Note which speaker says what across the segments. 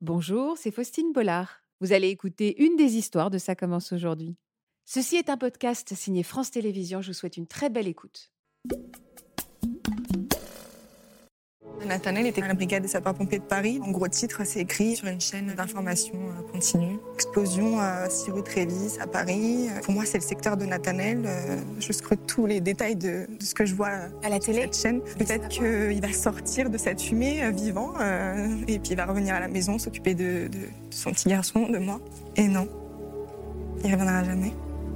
Speaker 1: Bonjour, c'est Faustine Bollard. Vous allez écouter une des histoires de Ça commence aujourd'hui. Ceci est un podcast signé France Télévisions. Je vous souhaite une très belle écoute.
Speaker 2: Nathanaël était à la brigade des sapeurs-pompiers de Paris. En gros titre, c'est écrit sur une chaîne d'information continue. Explosion à 6 rue Trévise, à Paris. Pour moi, c'est le secteur de Nathanaël. Je scrute tous les détails de ce que je vois
Speaker 3: à la télé.
Speaker 2: Cette chaîne. Peut-être qu'il va sortir de cette fumée vivant et puis il va revenir à la maison, s'occuper de son petit garçon, de moi. Et non, il ne reviendra jamais.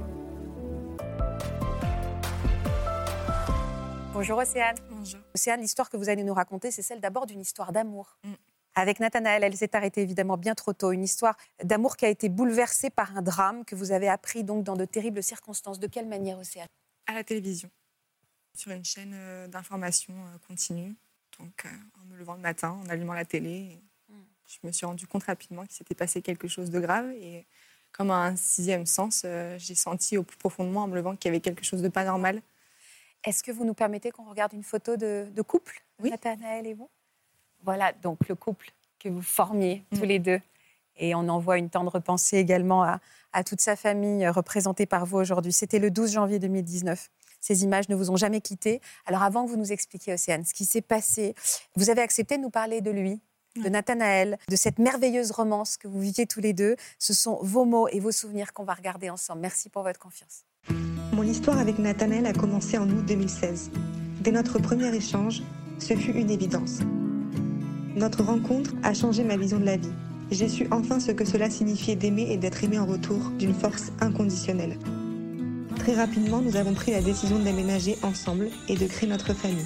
Speaker 3: Bonjour Océane.
Speaker 2: Bonjour.
Speaker 3: Océane, l'histoire que vous allez nous raconter, c'est celle d'abord d'une histoire d'amour. Avec Nathanaël, elle s'est arrêtée évidemment bien trop tôt. Une histoire d'amour qui a été bouleversée par un drame que vous avez appris donc dans de terribles circonstances. De quelle manière, Océane?
Speaker 2: À la télévision, sur une chaîne d'information continue. Donc en me levant le matin, en allumant la télé, je me suis rendu compte rapidement qu'il s'était passé quelque chose de grave. Et comme un sixième sens, j'ai senti au plus profond de moi, en me levant, qu'il y avait quelque chose de pas normal.
Speaker 3: Est-ce que vous nous permettez qu'on regarde une photo de couple,
Speaker 2: Oui.
Speaker 3: Nathanaël et vous? Voilà, donc le couple que vous formiez tous les deux. Et on envoie une tendre pensée également à toute sa famille représentée par vous aujourd'hui. C'était le 12 janvier 2019. Ces images ne vous ont jamais quitté. Alors avant que vous nous expliquiez, Océane, ce qui s'est passé, vous avez accepté de nous parler de lui, de Nathanaël, de cette merveilleuse romance que vous viviez tous les deux. Ce sont vos mots et vos souvenirs qu'on va regarder ensemble. Merci pour votre confiance.
Speaker 4: Mon histoire avec Nathanaël a commencé en août 2016. Dès notre premier échange, ce fut une évidence. Notre rencontre a changé ma vision de la vie. J'ai su enfin ce que cela signifiait d'aimer et d'être aimé en retour d'une force inconditionnelle. Très rapidement, nous avons pris la décision d'aménager ensemble et de créer notre famille.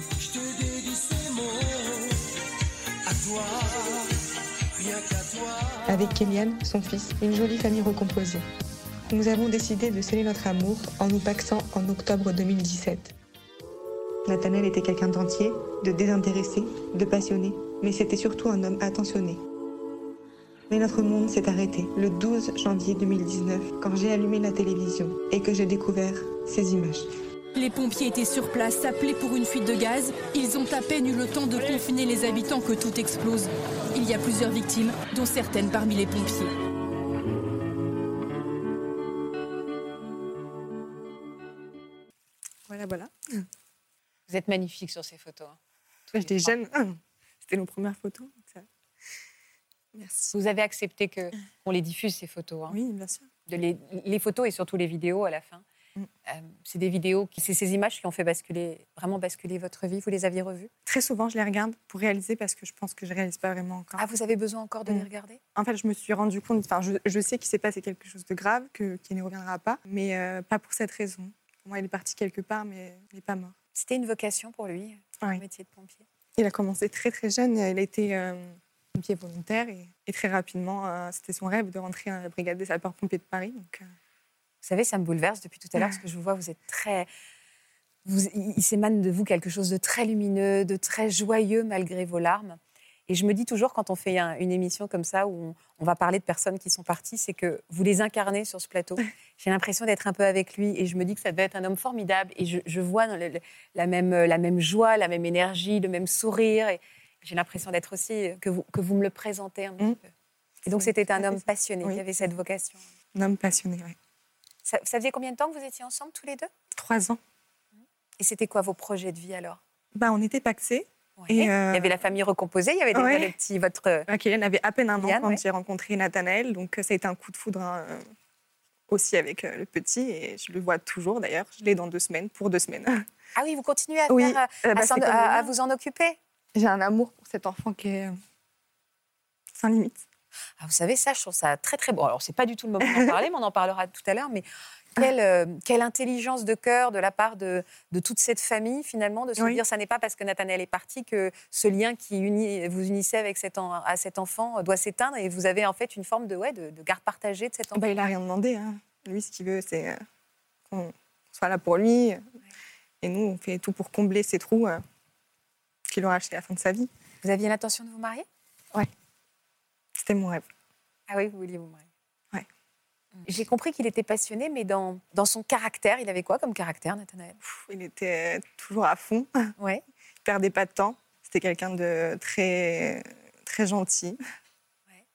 Speaker 4: Avec Kéliane, son fils, une jolie famille recomposée. Nous avons décidé de sceller notre amour en nous paxant en octobre 2017. Nathanaël était quelqu'un d'entier, de désintéressé, de passionné, mais c'était surtout un homme attentionné. Mais notre monde s'est arrêté le 12 janvier 2019 quand j'ai allumé la télévision et que j'ai découvert ces images.
Speaker 5: Les pompiers étaient sur place, appelés pour une fuite de gaz. Ils ont à peine eu le temps de confiner les habitants que tout explose. Il y a plusieurs victimes, dont certaines parmi les pompiers.
Speaker 2: Voilà.
Speaker 3: Vous êtes magnifique sur ces photos.
Speaker 2: J'étais jeune. C'était nos premières photos. Merci.
Speaker 3: Vous avez accepté qu'on les diffuse, ces photos.
Speaker 2: Oui, bien sûr.
Speaker 3: Les photos et surtout les vidéos à la fin. C'est des vidéos, c'est ces images qui ont fait vraiment basculer votre vie. Vous les aviez revues?
Speaker 2: Très souvent, je les regarde pour réaliser parce que je pense que je ne réalise pas vraiment encore.
Speaker 3: Ah, vous avez besoin encore de les regarder?
Speaker 2: En fait, je me suis rendu compte, je sais qu'il s'est passé quelque chose de grave, qui ne reviendra pas, mais pas pour cette raison. Pour moi, il est parti quelque part, mais il n'est pas mort.
Speaker 3: C'était une vocation pour lui, le métier de pompier?
Speaker 2: Il a commencé très très jeune, il a été pompier volontaire et très rapidement, c'était son rêve de rentrer à la brigade des sapeurs-pompiers de Paris. Donc,
Speaker 3: Vous savez, ça me bouleverse depuis tout à l'heure, parce que je vous vois, vous êtes il s'émane de vous quelque chose de très lumineux, de très joyeux malgré vos larmes. Et je me dis toujours, quand on fait une émission comme ça, où on va parler de personnes qui sont parties, c'est que vous les incarnez sur ce plateau. J'ai l'impression d'être un peu avec lui et je me dis que ça devait être un homme formidable. Et je vois dans la même joie, la même énergie, le même sourire. Et j'ai l'impression d'être aussi, que vous me le présentez un petit peu. Et donc c'était un homme passionné, qui avait cette vocation.
Speaker 2: Un homme passionné, oui.
Speaker 3: Ça faisait combien de temps que vous étiez ensemble tous les deux?
Speaker 2: 3 ans.
Speaker 3: Et c'était quoi vos projets de vie alors?
Speaker 2: On était pacsés.
Speaker 3: Ouais.
Speaker 2: Et
Speaker 3: Il y avait la famille recomposée, il y avait déjà les petits...
Speaker 2: Kéliane avait à peine un an
Speaker 3: Yann,
Speaker 2: quand j'ai rencontré Nathanaël, donc ça a été un coup de foudre aussi avec le petit, et je le vois toujours d'ailleurs. Je l'ai dans 2 semaines, pour 2 semaines.
Speaker 3: Ah oui, vous continuez à,
Speaker 2: Oui,
Speaker 3: à vous en occuper?
Speaker 2: J'ai un amour pour cet enfant qui est sans limite.
Speaker 3: Ah, vous savez, ça, je trouve ça très, très bon. Alors, c'est pas du tout le moment d'en parler, mais on en parlera tout à l'heure. Mais quelle intelligence de cœur de la part de toute cette famille, finalement, de se dire ça n'est pas parce que Nathanaël est parti que ce lien qui vous unissait avec cet enfant doit s'éteindre. Et vous avez en fait une forme de garde partagée de cet enfant.
Speaker 2: Il n'a rien demandé. Lui, ce qu'il veut, c'est qu'on soit là pour lui. Et nous, on fait tout pour combler ces trous qu'il aura achetés à la fin de sa vie.
Speaker 3: Vous aviez l'intention de vous marier?
Speaker 2: Ouais. C'était mon rêve.
Speaker 3: Ah oui, vous vouliez vous marier.
Speaker 2: Ouais.
Speaker 3: J'ai compris qu'il était passionné, mais dans son caractère, il avait quoi comme caractère, Nathanaël?
Speaker 2: Il était toujours à fond.
Speaker 3: Ouais.
Speaker 2: Il ne perdait pas de temps. C'était quelqu'un de très, très gentil.
Speaker 3: Ouais.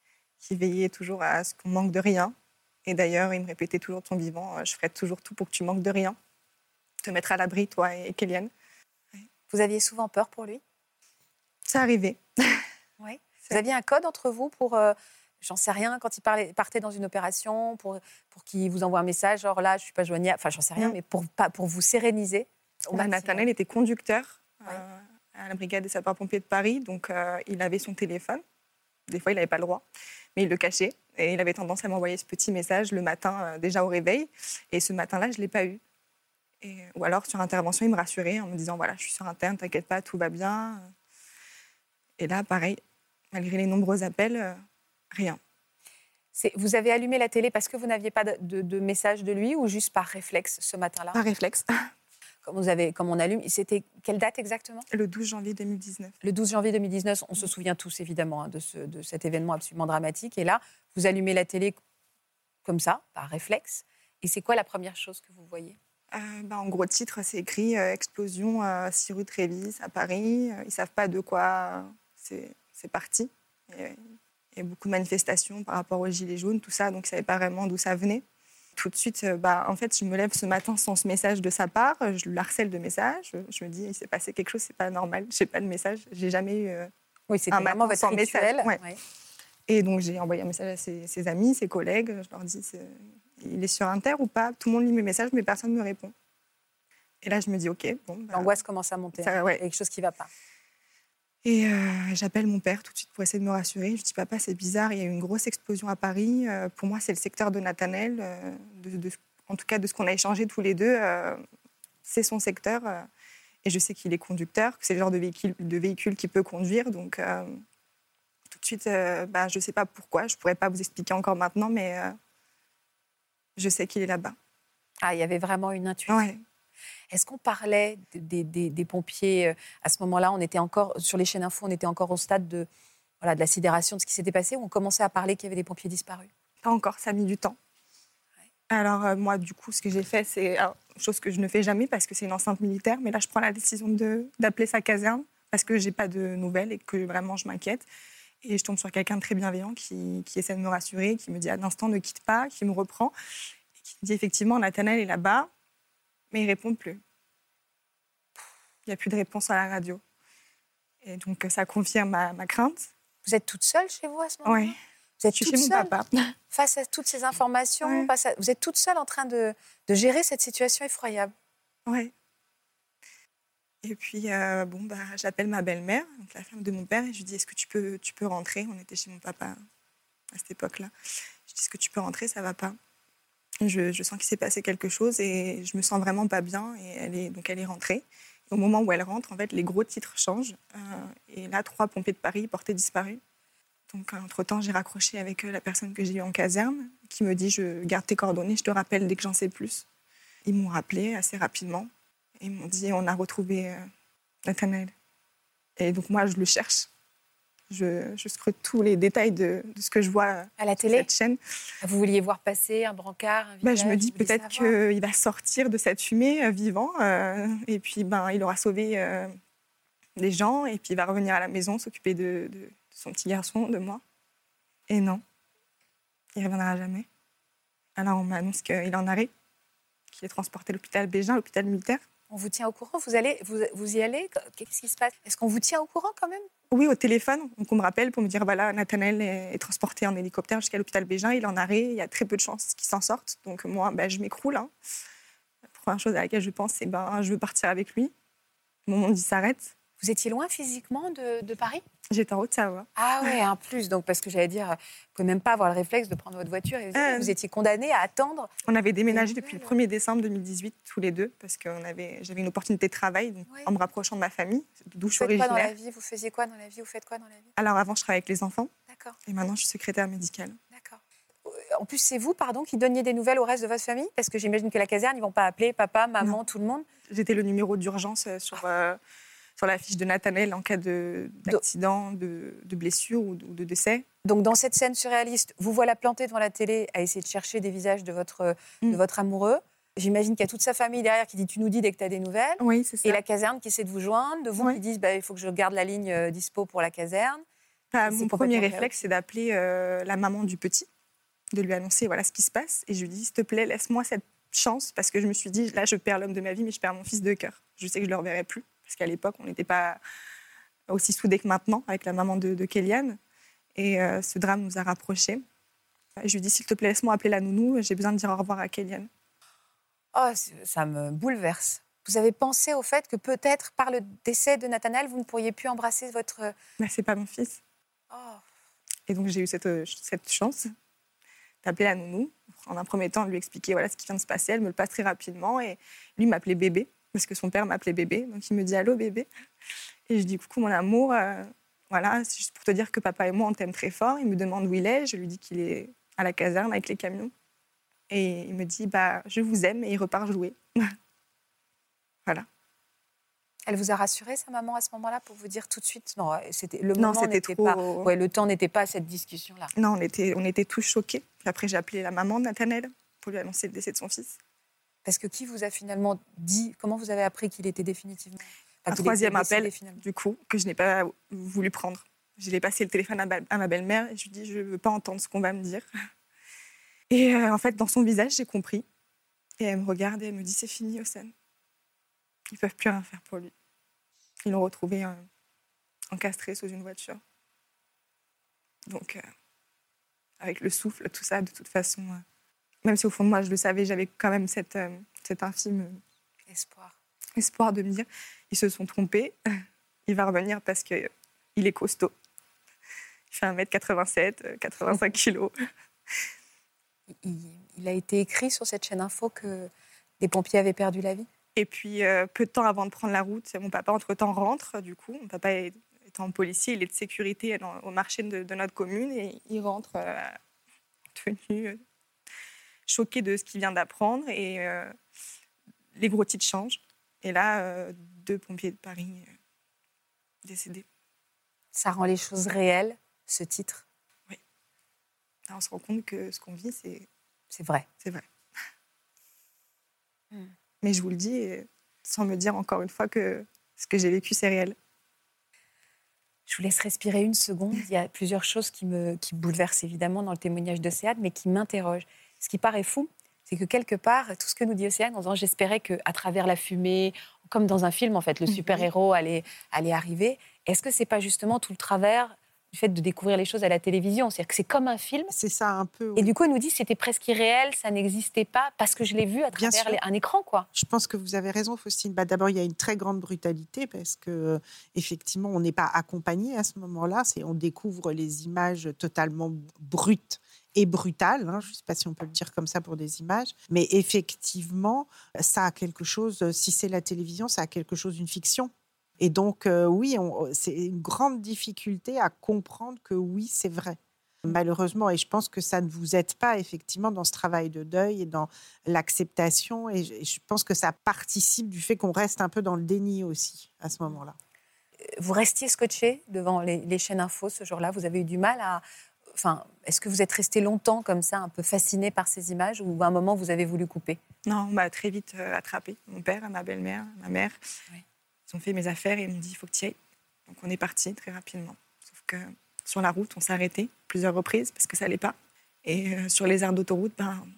Speaker 2: qui veillait toujours à ce qu'on manque de rien. Et d'ailleurs, il me répétait toujours de son vivant, je ferai toujours tout pour que tu manques de rien. Te mettre à l'abri, toi et Kéliane.
Speaker 3: Vous aviez souvent peur pour lui?
Speaker 2: Ça arrivait.
Speaker 3: Oui. Vous aviez un code entre vous pour, j'en sais rien, quand il partait dans une opération, pour qu'il vous envoie un message, genre là, je ne suis pas joignable, enfin, j'en sais rien, mais pour vous séréniser au maximum.
Speaker 2: Nathanaël était conducteur à la brigade des sapeurs-pompiers de Paris, donc il avait son téléphone. Des fois, il n'avait pas le droit, mais il le cachait. Et il avait tendance à m'envoyer ce petit message le matin, déjà au réveil. Et ce matin-là, je ne l'ai pas eu. Ou alors, sur intervention, il me rassurait en me disant, voilà, je suis sur interne, t'inquiète pas, tout va bien. Et là, pareil, malgré les nombreux appels, rien.
Speaker 3: Vous avez allumé la télé parce que vous n'aviez pas de message de lui ou juste par réflexe ce matin-là?
Speaker 2: Par réflexe.
Speaker 3: Comme on allume, c'était quelle date exactement?
Speaker 2: Le 12 janvier 2019.
Speaker 3: Le 12 janvier 2019, on se souvient tous évidemment de cet événement absolument dramatique. Et là, vous allumez la télé comme ça, par réflexe. Et c'est quoi la première chose que vous voyez?
Speaker 2: En gros titre, c'est écrit explosion 6 rue Trévis à Paris. Ils ne savent pas de quoi c'est parti. Il y a beaucoup de manifestations par rapport aux gilets jaunes, tout ça, donc ils ne savaient pas vraiment d'où ça venait. Tout de suite, en fait, je me lève ce matin sans ce message de sa part. Je le harcèle de messages. Je me dis, il s'est passé quelque chose, c'est pas normal. Je n'ai pas de message. J'ai jamais eu
Speaker 3: c'était vraiment votre rituel.
Speaker 2: Ouais. Ouais. Et donc, j'ai envoyé un message à ses amis, ses collègues. Je leur dis, il est sur Inter ou pas? Tout le monde lit mes messages, mais personne ne me répond. Et là, je me dis, OK.
Speaker 3: L'angoisse commence à monter. Il y a quelque chose qui ne va pas.
Speaker 2: Et j'appelle mon père tout de suite pour essayer de me rassurer. Je dis, papa, c'est bizarre, il y a eu une grosse explosion à Paris. Pour moi, c'est le secteur de Nathanaël. En tout cas, de ce qu'on a échangé tous les deux, c'est son secteur. Et je sais qu'il est conducteur, que c'est le genre de véhicule qu'il peut conduire. Donc, tout de suite, je ne sais pas pourquoi. Je ne pourrais pas vous expliquer encore maintenant, mais je sais qu'il est là-bas.
Speaker 3: Ah, il y avait vraiment une intuition.
Speaker 2: Ouais.
Speaker 3: Est-ce qu'on parlait des pompiers à ce moment-là? On était encore, sur les chaînes info, on était encore au stade de la sidération de ce qui s'était passé, ou on commençait à parler qu'il y avait des pompiers disparus?
Speaker 2: Pas encore, ça a mis du temps. Ouais. Alors moi, du coup, ce que j'ai fait, c'est une chose que je ne fais jamais parce que c'est une enceinte militaire, mais là, je prends la décision d'appeler sa caserne parce que j'ai pas de nouvelles et que vraiment je m'inquiète. Et je tombe sur quelqu'un de très bienveillant qui essaie de me rassurer, qui me dit à l'instant ne quitte pas, qui me reprend, et qui me dit effectivement, Nathanaël est là-bas. Mais il ne répond plus. Il n'y a plus de réponse à la radio. Et donc, ça confirme ma crainte.
Speaker 3: Vous êtes toute seule chez vous à ce moment-là?
Speaker 2: Oui.
Speaker 3: Vous êtes
Speaker 2: je suis chez mon papa.
Speaker 3: Face à toutes ces informations, vous êtes toute seule en train de gérer cette situation effroyable.
Speaker 2: Oui. Et puis, j'appelle ma belle-mère, donc la femme de mon père, et je lui dis, est-ce que tu peux rentrer? On était chez mon papa à cette époque-là. Je dis, est-ce que tu peux rentrer? Ça ne va pas. Je sens qu'il s'est passé quelque chose et je me sens vraiment pas bien. Et elle est rentrée. Et au moment où elle rentre, en fait, les gros titres changent. Et là, 3 pompiers de Paris portés disparus. Donc, entre-temps, j'ai raccroché avec la personne que j'ai eue en caserne, qui me dit, je garde tes coordonnées, je te rappelle dès que j'en sais plus. Ils m'ont rappelé assez rapidement. Et ils m'ont dit, on a retrouvé Nathanaël. Et donc, moi, je le cherche. Je scrute tous les détails de ce que je vois
Speaker 3: à la télé,
Speaker 2: cette chaîne.
Speaker 3: Vous vouliez voir passer un brancard, un visage?
Speaker 2: Je me dis peut-être qu'il va sortir de cette fumée vivant et puis il aura sauvé des gens et puis il va revenir à la maison s'occuper de son petit garçon, de moi. Et non, il ne reviendra jamais. Alors on m'annonce qu'il est en arrêt, qu'il est transporté à l'hôpital Bégin, l'hôpital militaire. On
Speaker 3: vous tient au courant? Vous y allez? Qu'est-ce qui se passe? Est-ce qu'on vous tient au courant quand même?
Speaker 2: Oui, au téléphone. Donc on me rappelle pour me dire, voilà, Nathanaël est transporté en hélicoptère jusqu'à l'hôpital Bégin, il est en arrêt, il y a très peu de chances qu'il s'en sorte. Donc moi, je m'écroule. Hein. La première chose à laquelle je pense, c'est je veux partir avec lui. Mon monde, il s'arrête.
Speaker 3: Vous étiez loin physiquement de Paris?
Speaker 2: J'étais en Haute-Savoie.
Speaker 3: Ah ouais, en plus. Donc, parce que j'allais dire, vous ne pouvez même pas avoir le réflexe de prendre votre voiture. Et vous étiez condamnés à attendre.
Speaker 2: On avait déménagé depuis le 1er décembre 2018, tous les deux, parce que j'avais une opportunité de travail, donc, en me rapprochant de ma famille, d'où je suis originaire.
Speaker 3: Vous faisiez quoi dans la vie? Vous faites quoi dans la vie?
Speaker 2: Alors, avant, je travaillais avec les enfants.
Speaker 3: D'accord.
Speaker 2: Et maintenant, je suis secrétaire médicale.
Speaker 3: D'accord. En plus, c'est vous, qui donniez des nouvelles au reste de votre famille? Parce que j'imagine que la caserne, ils ne vont pas appeler papa, maman, tout le monde.
Speaker 2: J'étais le numéro d'urgence sur la fiche de Nathanaël en cas d'accident, de blessure ou de décès.
Speaker 3: Donc, dans cette scène surréaliste, vous voilà planté devant la télé à essayer de chercher des visages de votre amoureux. J'imagine qu'il y a toute sa famille derrière qui dit « tu nous dis dès que tu as des nouvelles ».
Speaker 2: Oui, c'est ça.
Speaker 3: Et la caserne qui essaie de vous joindre, de vous qui disent « il faut que je garde la ligne dispo pour la caserne ».
Speaker 2: Mon premier réflexe, c'est d'appeler la maman du petit, de lui annoncer voilà ce qui se passe. Et je lui dis, s'il te plaît, laisse-moi cette chance, parce que je me suis dit, là, je perds l'homme de ma vie, mais je perds mon fils de cœur. Je sais que je ne le reverrai plus, parce qu'à l'époque, on n'était pas aussi soudés que maintenant, avec la maman de Kéliane. Et ce drame nous a rapprochés. Et je lui dis, s'il te plaît, laisse-moi appeler la nounou, j'ai besoin de dire au revoir à Kéliane.
Speaker 3: Oh, ça me bouleverse. Vous avez pensé au fait que peut-être, par le décès de Nathanaël, vous ne pourriez plus embrasser votre...
Speaker 2: Mais c'est pas mon fils.
Speaker 3: Oh.
Speaker 2: Et donc, j'ai eu cette chance d'appeler la nounou. En un premier temps, de lui expliquer voilà, ce qui vient de se passer. Elle me le passe très rapidement. Et lui m'appelait bébé, parce que son père m'appelait bébé. Donc, il me dit « Allô, bébé ?» Et je dis « Coucou, mon amour. Voilà, c'est juste pour te dire que papa et moi, on t'aime très fort. » Il me demande où il est. Je lui dis qu'il est à la caserne avec les camions. Et il me dit « Je vous aime. » Et il repart jouer. Voilà.
Speaker 3: Elle vous a rassuré, sa maman, à ce moment-là, pour vous dire tout de suite... Non, c'était
Speaker 2: trop...
Speaker 3: pas... Ouais, le temps n'était pas à cette discussion-là.
Speaker 2: Non, on était tous choqués. Puis après, j'ai appelé la maman de Nathanaël pour lui annoncer le décès de son fils.
Speaker 3: Parce que qui vous a finalement dit... Comment vous avez appris qu'il était définitivement...
Speaker 2: Un troisième appel, du coup, que je n'ai pas voulu prendre. Je l'ai passé le téléphone à ma belle-mère et je lui ai dit, je ne veux pas entendre ce qu'on va me dire. Et en fait, dans son visage, j'ai compris. Et elle me regarde et elle me dit, c'est fini, Océane. Ils ne peuvent plus rien faire pour lui. Ils l'ont retrouvé encastré sous une voiture. Donc, avec le souffle, tout ça, de toute façon, même si au fond de moi, je le savais, j'avais quand même cet infime espoir de me dire, ils se sont trompés, il va revenir parce qu'il est costaud. Il fait 1m87, 85 kilos.
Speaker 3: Il a été écrit sur cette chaîne info que des pompiers avaient perdu la vie.
Speaker 2: Et puis, peu de temps avant de prendre la route, mon papa, entre-temps, rentre, du coup. Mon papa étant policier, il est de sécurité au marché de notre commune. Et il rentre tenu, choqué de ce qu'il vient d'apprendre. Et les gros titres changent. Et là, 2 pompiers de Paris décédés.
Speaker 3: Ça rend les choses réelles, ce titre?
Speaker 2: Oui. Là, on se rend compte que ce qu'on vit,
Speaker 3: c'est vrai.
Speaker 2: C'est vrai. Mais je vous le dis, sans me dire encore une fois que ce que j'ai vécu, c'est réel.
Speaker 3: Je vous laisse respirer une seconde. Il y a plusieurs choses qui bouleversent évidemment dans le témoignage d'Océane, mais qui m'interrogent. Ce qui paraît fou, c'est que quelque part, tout ce que nous dit Océane, en disant j'espérais qu'à travers la fumée, comme dans un film en fait, le super-héros allait arriver. Est-ce que c'est pas justement tout le travers du fait de découvrir les choses à la télévision? C'est-à-dire que c'est comme un film.
Speaker 6: C'est ça un peu. Oui.
Speaker 3: Et du coup, elle nous dit que c'était presque irréel, ça n'existait pas, parce que je l'ai vu à travers un écran, quoi.
Speaker 6: Je pense que vous avez raison, Faustine. D'abord, il y a une très grande brutalité parce que effectivement, on n'est pas accompagné à ce moment-là. On découvre les images totalement brutes et brutales. Je ne sais pas si on peut le dire comme ça pour des images. Mais effectivement, ça a quelque chose, si c'est la télévision, ça a quelque chose d'une fiction. Et donc, oui, c'est une grande difficulté à comprendre que oui, c'est vrai. Malheureusement, et je pense que ça ne vous aide pas effectivement dans ce travail de deuil et dans l'acceptation. Et je pense que ça participe du fait qu'on reste un peu dans le déni aussi à ce moment-là.
Speaker 3: Vous restiez scotché devant les chaînes info ce jour-là. Vous avez eu du mal à... Enfin, est-ce que vous êtes resté longtemps comme ça, un peu fasciné par ces images, ou à un moment vous avez voulu couper?
Speaker 2: Non, on m'a très vite attrapé. Mon père, ma belle-mère, ma mère. Oui. Ils ont fait mes affaires et ils m'ont dit il faut que tu y ailles. Donc on est parti très rapidement. Sauf que sur la route, on s'est arrêté plusieurs reprises parce que ça n'allait pas. Et sur les aires d'autoroute,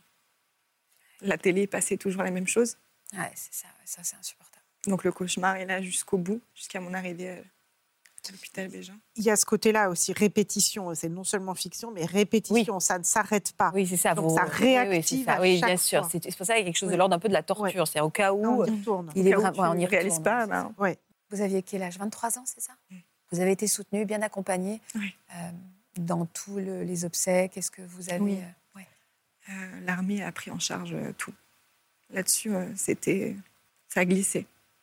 Speaker 2: la télé passait toujours la même chose.
Speaker 3: Ouais, c'est ça, c'est insupportable.
Speaker 2: Donc le cauchemar est là jusqu'au bout, jusqu'à mon arrivée à l'hôpital Bégin.
Speaker 6: Il y a ce côté-là aussi, répétition. C'est non seulement fiction, mais répétition, oui. Ça ne s'arrête pas.
Speaker 3: Oui, c'est ça.
Speaker 6: Donc ça réactive à chaque
Speaker 3: bien
Speaker 6: fois.
Speaker 3: sûr. C'est pour ça qu'il y a quelque chose de l'ordre un peu de la torture. C'est au cas où
Speaker 6: on y retourne.
Speaker 3: Il est vraiment,
Speaker 2: on n'y réalise pas.
Speaker 6: Ouais.
Speaker 3: Vous aviez quel âge? 23 ans, c'est ça? Vous avez été soutenue, bien accompagnée dans tous les obsèques. Est-ce que vous avez...
Speaker 2: Oui. L'armée a pris en charge tout. Là-dessus, ça a glissé.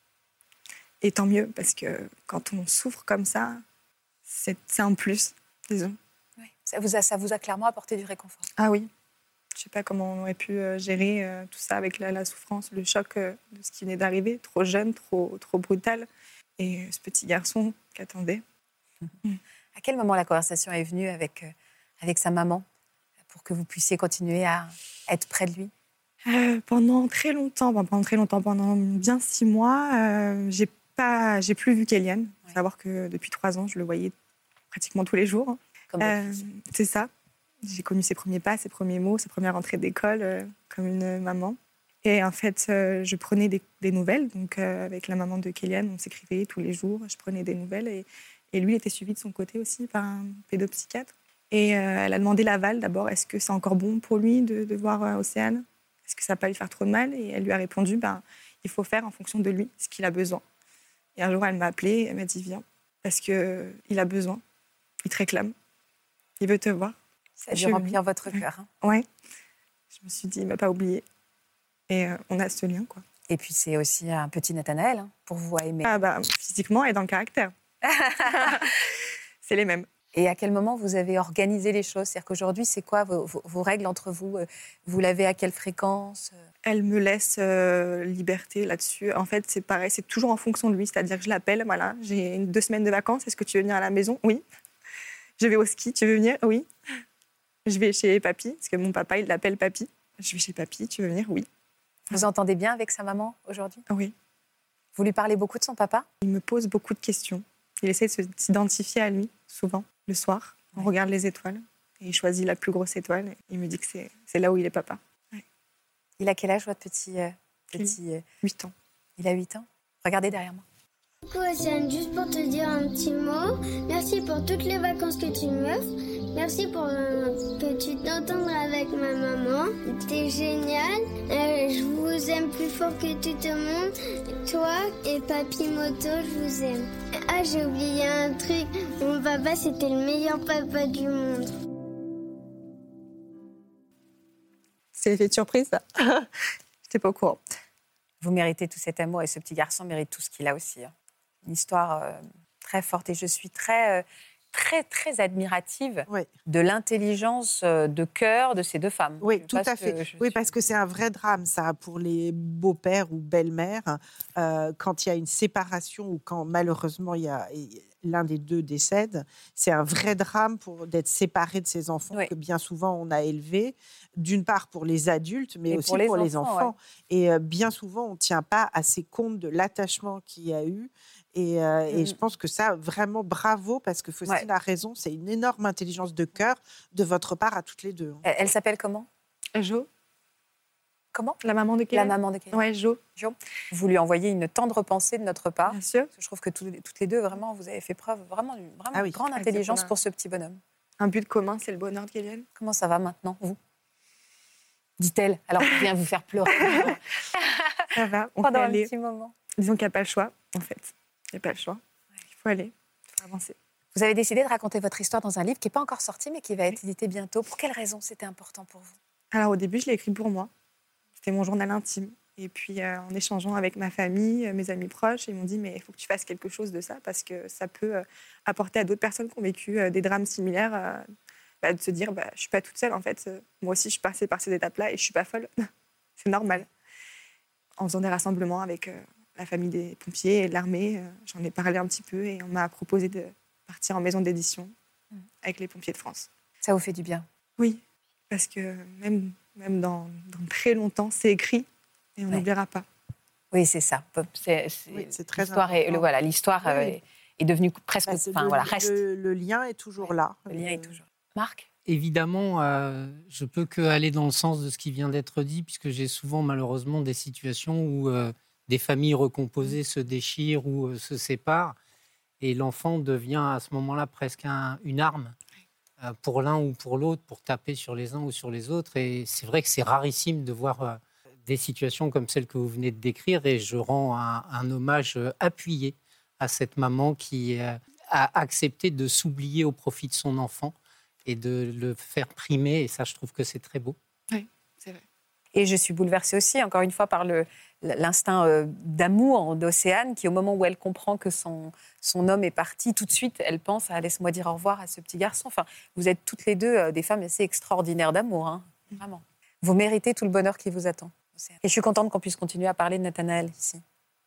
Speaker 2: Et tant mieux, parce que quand on souffre comme ça, c'est un plus, disons.
Speaker 3: Oui. Ça vous a clairement apporté du réconfort.
Speaker 2: Ah oui. Je ne sais pas comment on aurait pu gérer tout ça avec la souffrance, le choc de ce qui venait d'arriver. Trop jeune, trop brutal. Et ce petit garçon qui attendait.
Speaker 3: À quel moment la conversation est venue avec sa maman pour que vous puissiez continuer à être près de lui?
Speaker 2: Pendant très longtemps, pendant bien 6 mois, j'ai plus vu Kéliane. Il faut savoir que depuis 3 ans, je le voyais pratiquement tous les jours.
Speaker 3: Comme votre fils.
Speaker 2: C'est ça. J'ai connu ses premiers pas, ses premiers mots, ses premières rentrées d'école comme une maman. Et en fait, je prenais des nouvelles. Donc, avec la maman de Kélian, on s'écrivait tous les jours. Je prenais des nouvelles. Et lui, il était suivi de son côté aussi par un pédopsychiatre. Et elle a demandé l'aval d'abord. Est-ce que c'est encore bon pour lui de voir Océane ? Est-ce que ça ne va pas lui faire trop de mal ? Et elle lui a répondu, il faut faire en fonction de lui, ce qu'il a besoin. Et un jour, elle m'a appelée et elle m'a dit, viens, parce qu'il a besoin. Il te réclame. Il veut te voir.
Speaker 3: Ça a dû remplir votre cœur. Hein.
Speaker 2: Ouais. Je me suis dit, il ne m'a pas oublié. Et on a ce lien, quoi.
Speaker 3: Et puis, c'est aussi un petit Nathanaël, hein, pour vous à aimer.
Speaker 2: Physiquement et dans le caractère. C'est les mêmes.
Speaker 3: Et à quel moment vous avez organisé les choses ? C'est-à-dire qu'aujourd'hui, c'est quoi vos règles entre vous ? Vous l'avez à quelle fréquence ?
Speaker 2: Elle me laisse liberté là-dessus. En fait, c'est pareil, c'est toujours en fonction de lui. C'est-à-dire que je l'appelle, voilà, j'ai 2 semaines de vacances, est-ce que tu veux venir à la maison ? Oui. Je vais au ski, tu veux venir ? Oui. Je vais chez papy, parce que mon papa, il l'appelle papy. Je vais chez papy, tu veux venir ? Oui.
Speaker 3: Vous entendez bien avec sa maman aujourd'hui ?
Speaker 2: Oui.
Speaker 3: Vous lui parlez beaucoup de son papa ?
Speaker 2: Il me pose beaucoup de questions. Il essaie de s'identifier à lui, souvent, le soir. On regarde les étoiles. Et il choisit la plus grosse étoile. Et il me dit que c'est là où il est papa. Ouais.
Speaker 3: Il a quel âge, votre petit
Speaker 2: 8 ans.
Speaker 3: Il a 8 ans. Regardez derrière moi.
Speaker 7: Coucou Océane, juste pour te dire un petit mot. Merci pour toutes les vacances que tu m'offres. Merci pour que tu t'entendes avec ma maman. T'es génial. Je vous aime plus fort que tout le monde. Toi et Papy Moto, je vous aime. Ah, j'ai oublié un truc. Mon papa, c'était le meilleur papa du monde.
Speaker 2: C'est l'effet de surprise, ça. J'étais pas au courant.
Speaker 3: Vous méritez tout cet amour et ce petit garçon mérite tout ce qu'il a aussi. Hein. Une histoire très forte et je suis très admirative de l'intelligence de cœur de ces 2 femmes.
Speaker 6: Oui, tout à fait. Oui, parce que c'est un vrai drame, ça, pour les beaux-pères ou belles-mères, quand il y a une séparation ou quand malheureusement l'un des 2 décède. C'est un vrai drame d'être séparé de ses enfants que bien souvent on a élevés, d'une part pour les adultes, mais aussi pour les enfants. Ouais. Et bien souvent, on ne tient pas assez compte de l'attachement qu'il y a eu. Et je pense que ça, vraiment bravo, parce que Faustine a raison, c'est une énorme intelligence de cœur de votre part à toutes les 2.
Speaker 3: Elle s'appelle comment ?
Speaker 2: Jo.
Speaker 3: Comment ?
Speaker 2: La maman de Kélian.
Speaker 3: La maman de Kélian.
Speaker 2: Oui, Jo.
Speaker 3: Vous lui envoyez une tendre pensée de notre part.
Speaker 2: Bien sûr.
Speaker 3: Je trouve que toutes les 2, vraiment, vous avez fait preuve vraiment d'une grande intelligence pour ce petit bonhomme.
Speaker 2: Un but commun, c'est le bonheur de Kélian.
Speaker 3: Comment ça va maintenant, vous ? Dit-elle, alors je viens vous faire pleurer.
Speaker 2: Ça va, on
Speaker 3: pendant
Speaker 2: peut aller.
Speaker 3: Un petit moment.
Speaker 2: Disons qu'il n'y a pas le choix, en fait. Il n'y a pas le choix. Il faut aller, il faut avancer.
Speaker 3: Vous avez décidé de raconter votre histoire dans un livre qui n'est pas encore sorti, mais qui va être édité bientôt. Pour quelles raisons c'était important pour vous ?
Speaker 2: Alors au début, je l'ai écrit pour moi. C'était mon journal intime. Et puis en échangeant avec ma famille, mes amis proches, ils m'ont dit mais il faut que tu fasses quelque chose de ça parce que ça peut apporter à d'autres personnes qui ont vécu des drames similaires de se dire je suis pas toute seule en fait. Moi aussi, je suis passée par ces étapes-là et je suis pas folle. C'est normal. En faisant des rassemblements avec la famille des pompiers et de l'armée, j'en ai parlé un petit peu et on m'a proposé de partir en maison d'édition avec les pompiers de France.
Speaker 3: Ça vous fait du bien ?
Speaker 2: Oui, parce que même dans très longtemps, c'est écrit et on n'oubliera pas.
Speaker 3: Oui, c'est ça. C'est très l'histoire important. L'histoire est devenue presque...
Speaker 6: reste. Le lien est toujours là.
Speaker 3: Le lien est toujours. Marc ?
Speaker 8: Évidemment, je ne peux qu'aller dans le sens de ce qui vient d'être dit, puisque j'ai souvent malheureusement des situations où des familles recomposées se déchirent ou se séparent, et l'enfant devient à ce moment-là presque une arme pour l'un ou pour l'autre, pour taper sur les uns ou sur les autres. Et c'est vrai que c'est rarissime de voir des situations comme celle que vous venez de décrire, et je rends un hommage appuyé à cette maman qui a accepté de s'oublier au profit de son enfant et de le faire primer, et ça, je trouve que c'est très beau.
Speaker 2: Oui, c'est vrai.
Speaker 3: Et je suis bouleversée aussi, encore une fois, par l'instinct d'amour d'Océane, qui, au moment où elle comprend que son homme est parti, tout de suite, elle pense à « laisse-moi dire au revoir à ce petit garçon ». Enfin, vous êtes toutes les 2 des femmes assez extraordinaires d'amour, hein, vraiment. Vous méritez tout le bonheur qui vous attend, Océane. Et je suis contente qu'on puisse continuer à parler de Nathanaël ici.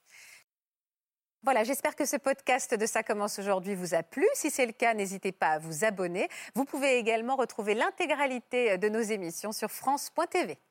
Speaker 3: Voilà, j'espère que ce podcast de Ça commence aujourd'hui vous a plu. Si c'est le cas, n'hésitez pas à vous abonner. Vous pouvez également retrouver l'intégralité de nos émissions sur France.tv.